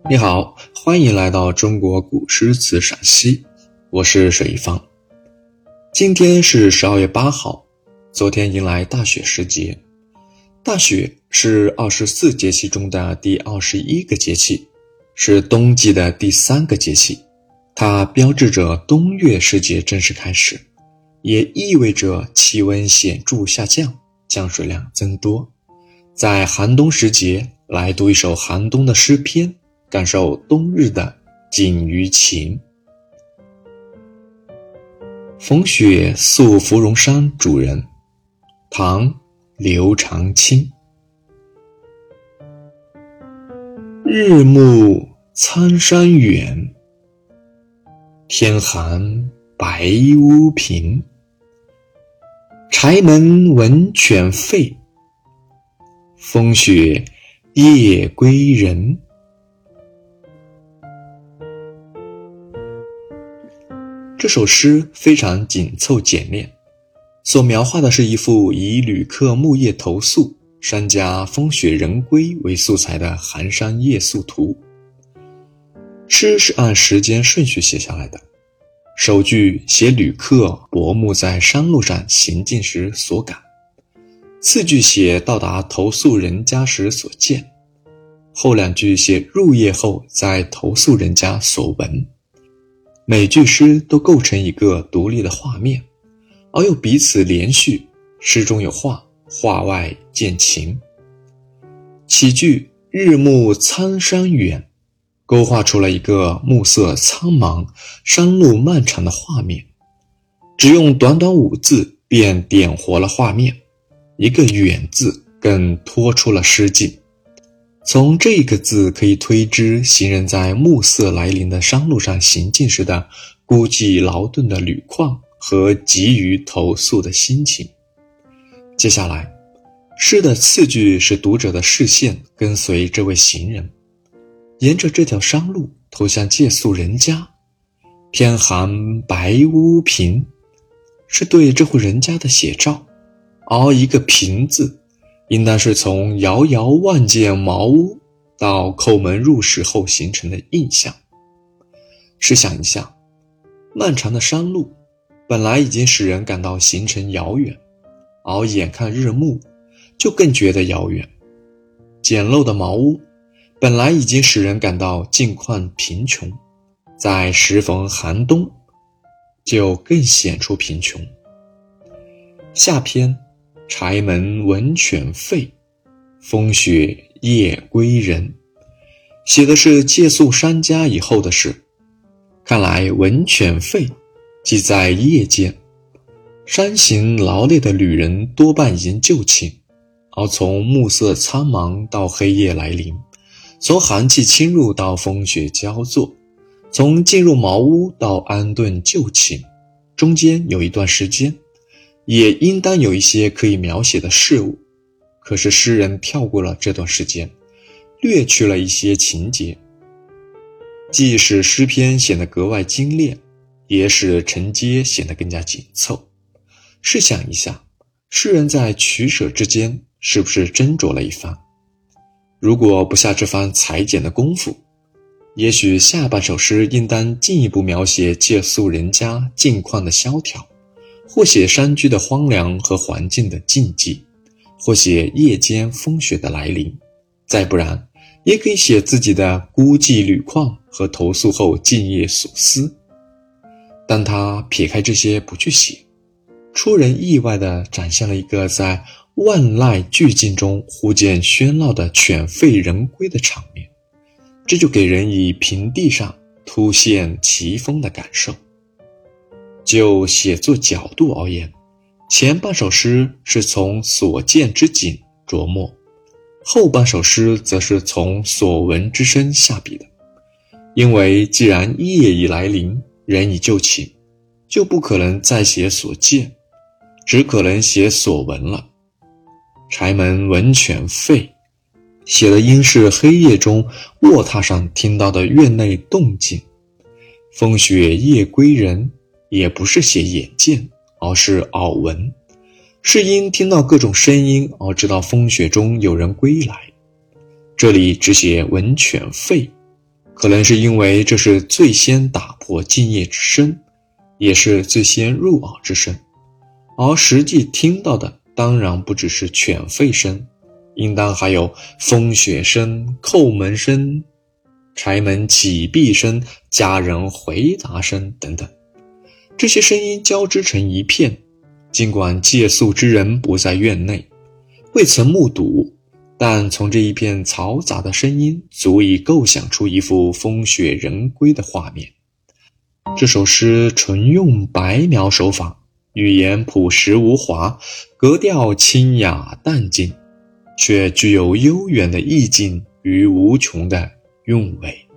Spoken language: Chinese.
你好，欢迎来到中国古诗词赏析，我是水一方。今天是12月8号，昨天迎来大雪时节。大雪是24节气中的第21个节气，是冬季的第3个节气，它标志着冬月时节正式开始，也意味着气温显著下降，降水量增多。在寒冬时节来读一首寒冬的诗篇，感受冬日的景与情。风雪宿芙蓉山主人，唐·刘长卿。日暮苍山远，天寒白屋贫。柴门闻犬吠，风雪夜归人。这首诗非常紧凑简练，所描画的是一幅以旅客木叶投宿、山家风雪人归为素材的寒山夜宿图。诗是按时间顺序写下来的，首句写旅客薄暮在山路上行进时所感，次句写到达投宿人家时所见，后两句写入夜后在投宿人家所闻。每句诗都构成一个独立的画面，而又彼此连续，诗中有画，画外见情。起句日暮苍山远，勾画出了一个暮色苍茫、山路漫长的画面。只用短短5字便点活了画面，一个远字更托出了诗境。从这个字可以推知行人在暮色来临的山路上行进时的孤寂劳顿的旅况和急于投宿的心情。接下来，诗的次句是读者的视线跟随这位行人，沿着这条山路投向借宿人家。天寒白屋贫，是对这户人家的写照，而一个贫字应当是从遥遥望见茅屋到叩门入室后形成的印象。试想一下，漫长的山路本来已经使人感到行程遥远，而眼看日暮就更觉得遥远。简陋的茅屋本来已经使人感到境况贫穷，在时逢寒冬就更显出贫穷。下篇柴门闻犬吠，风雪夜归人，写的是借宿山家以后的事。看来闻犬吠即在夜间，山行劳累的旅人多半已经就寝，而从暮色苍茫到黑夜来临，从寒气侵入到风雪交作，从进入茅屋到安顿就寝，中间有一段时间，也应当有一些可以描写的事物。可是诗人跳过了这段时间，略去了一些情节，既使诗篇显得格外精炼，也使承接显得更加紧凑。试想一下，诗人在取舍之间是不是斟酌了一番？如果不下这番裁剪的功夫，也许下半首诗应当进一步描写借宿人家境况的萧条，或写山居的荒凉和环境的禁忌，或写夜间风雪的来临，再不然也可以写自己的孤寂旅况和投宿后静夜所思。但他撇开这些不去写，出人意外地展现了一个在万籁俱静中忽见喧闹的犬吠人归的场面，这就给人以平地上突现奇峰的感受。就写作角度而言，前半首诗是从所见之景着墨，后半首诗则是从所闻之声下笔的。因为既然夜已来临，人已就寝，就不可能再写所见，只可能写所闻了。柴门闻犬吠，写的应是黑夜中卧榻上听到的院内动静。风雪夜归人，也不是写眼见，而是耳闻，是因听到各种声音而知道风雪中有人归来。这里只写闻犬吠， 可能是因为这是最先打破静夜之声，也是最先入耳之声，而实际听到的当然不只是犬吠声，应当还有风雪声、叩门声、柴门启闭声、家人回答声等等。这些声音交织成一片，尽管借宿之人不在院内，未曾目睹，但从这一片嘈杂的声音足以构想出一幅风雪人归的画面。这首诗纯用白描手法，语言朴实无华，格调清雅淡静，却具有悠远的意境与无穷的韵味。